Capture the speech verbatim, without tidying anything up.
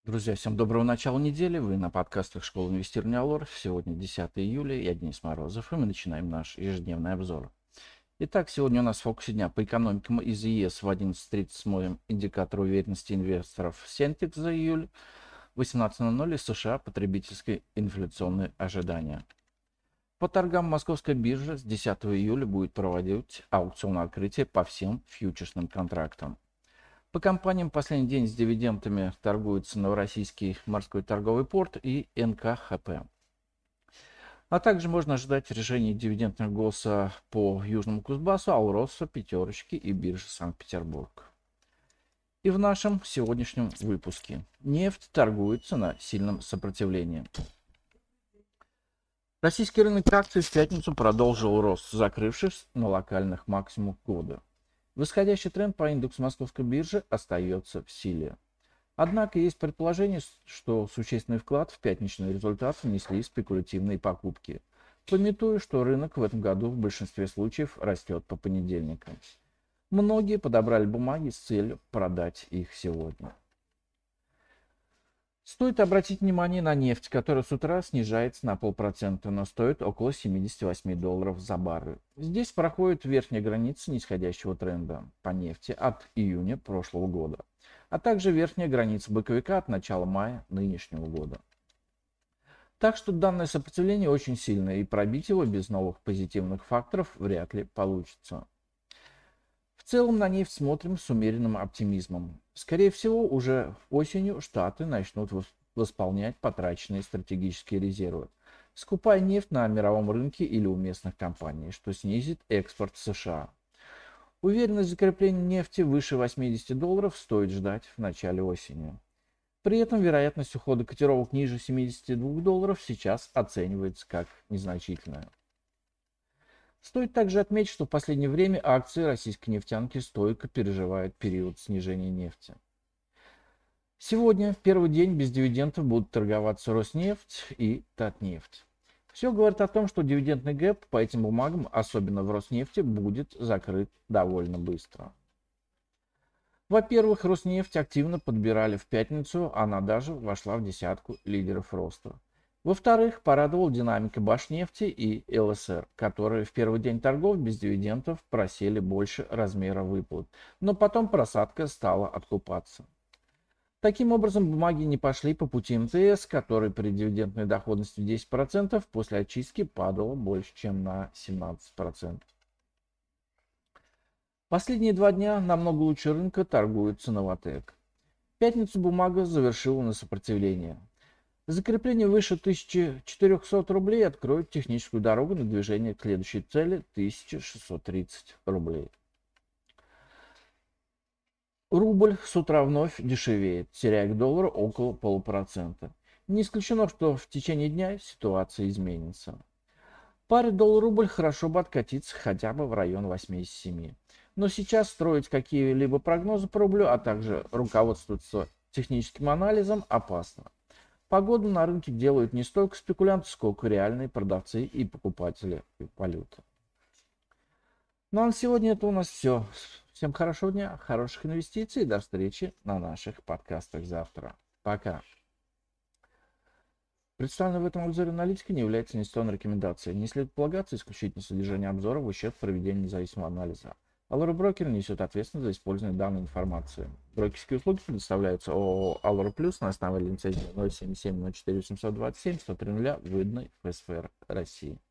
Друзья, всем доброго начала недели. Вы на подкастах школы инвестирования Алор. Сегодня десятое июля, я Денис Морозов, и мы начинаем наш ежедневный обзор. Итак, сегодня у нас в фокусе дня по экономикам из ЕС в одиннадцать тридцать смотрим индикатор уверенности инвесторов Сентикс за июль, восемнадцать ноль ноль из США потребительские инфляционные ожидания. По торгам Московской биржи с десятого июля будет проводить аукцион открытия по всем фьючерсным контрактам. По компаниям последний день с дивидендами торгуются Новороссийский морской торговый порт и эн ка ха пэ. А также можно ожидать решения дивидендных голоса по Южному Кузбассу, Алроса, Пятерочки и бирже Санкт-Петербург. И в нашем сегодняшнем выпуске. Нефть торгуется на сильном сопротивлении. Российский рынок акций в пятницу продолжил рост, закрывшись на локальных максимумах года. Восходящий тренд по индексу Московской биржи остается в силе. Однако есть предположение, что существенный вклад в пятничный результат внесли спекулятивные покупки, памятуя, что рынок в этом году в большинстве случаев растет по понедельникам. Многие подобрали бумаги с целью продать их сегодня. Стоит обратить внимание на нефть, которая с утра снижается на полпроцента, но стоит около семидесяти восьми долларов за баррель. Здесь проходит верхняя граница нисходящего тренда по нефти от июня прошлого года, а также верхняя граница боковика от начала мая нынешнего года. Так что данное сопротивление очень сильное, и пробить его без новых позитивных факторов вряд ли получится. В целом на нефть смотрим с умеренным оптимизмом. Скорее всего, уже осенью Штаты начнут восполнять потраченные стратегические резервы, скупая нефть на мировом рынке или у местных компаний, что снизит экспорт в США. Уверенность закрепления нефти выше восьмидесяти долларов стоит ждать в начале осени. При этом вероятность ухода котировок ниже семидесяти двух долларов сейчас оценивается как незначительная. Стоит также отметить, что в последнее время акции российской нефтянки стойко переживают период снижения нефти. Сегодня, в первый день без дивидендов, будут торговаться Роснефть и Татнефть. Все говорит о том, что дивидендный гэп по этим бумагам, особенно в Роснефти, будет закрыт довольно быстро. Во-первых, Роснефть активно подбирали в пятницу, она даже вошла в десятку лидеров роста. Во-вторых, порадовал динамика Башнефти и эл эс эр, которые в первый день торгов без дивидендов просели больше размера выплат, но потом просадка стала откупаться. Таким образом, бумаги не пошли по пути эм тэ эс, который при дивидендной доходности в десять процентов после очистки падал больше, чем на семнадцать процентов. Последние два дня намного лучше рынка торгуется Новатэк. В пятницу бумага завершила на сопротивление. Закрепление выше тысячи четырёхсот рублей откроет техническую дорогу на движение к следующей цели тысяча шестьсот тридцать рублей. Рубль с утра вновь дешевеет, теряя к доллару около полупроцента. Не исключено, что в течение дня ситуация изменится. Паре доллар-рубль хорошо бы откатиться хотя бы в район восьмидесяти семи. Но сейчас строить какие-либо прогнозы по рублю, а также руководствоваться техническим анализом опасно. Погоду на рынке делают не столько спекулянты, сколько реальные продавцы и покупатели валюты. Ну а на сегодня это у нас все. Всем хорошего дня, хороших инвестиций и до встречи на наших подкастах завтра. Пока. Представленная в этом обзоре аналитика не является инвестиционной рекомендацией. Не следует полагаться исключительно содержание обзора в ущерб проведению независимого анализа. Allure Broker несет ответственность за использование данной информации. Брокерские услуги предоставляются ООО Allure Plus на основе лицензии ноль семь семь ноль четыре восемьсот двадцать семь сто три нуля, выданной в эс эф эр России.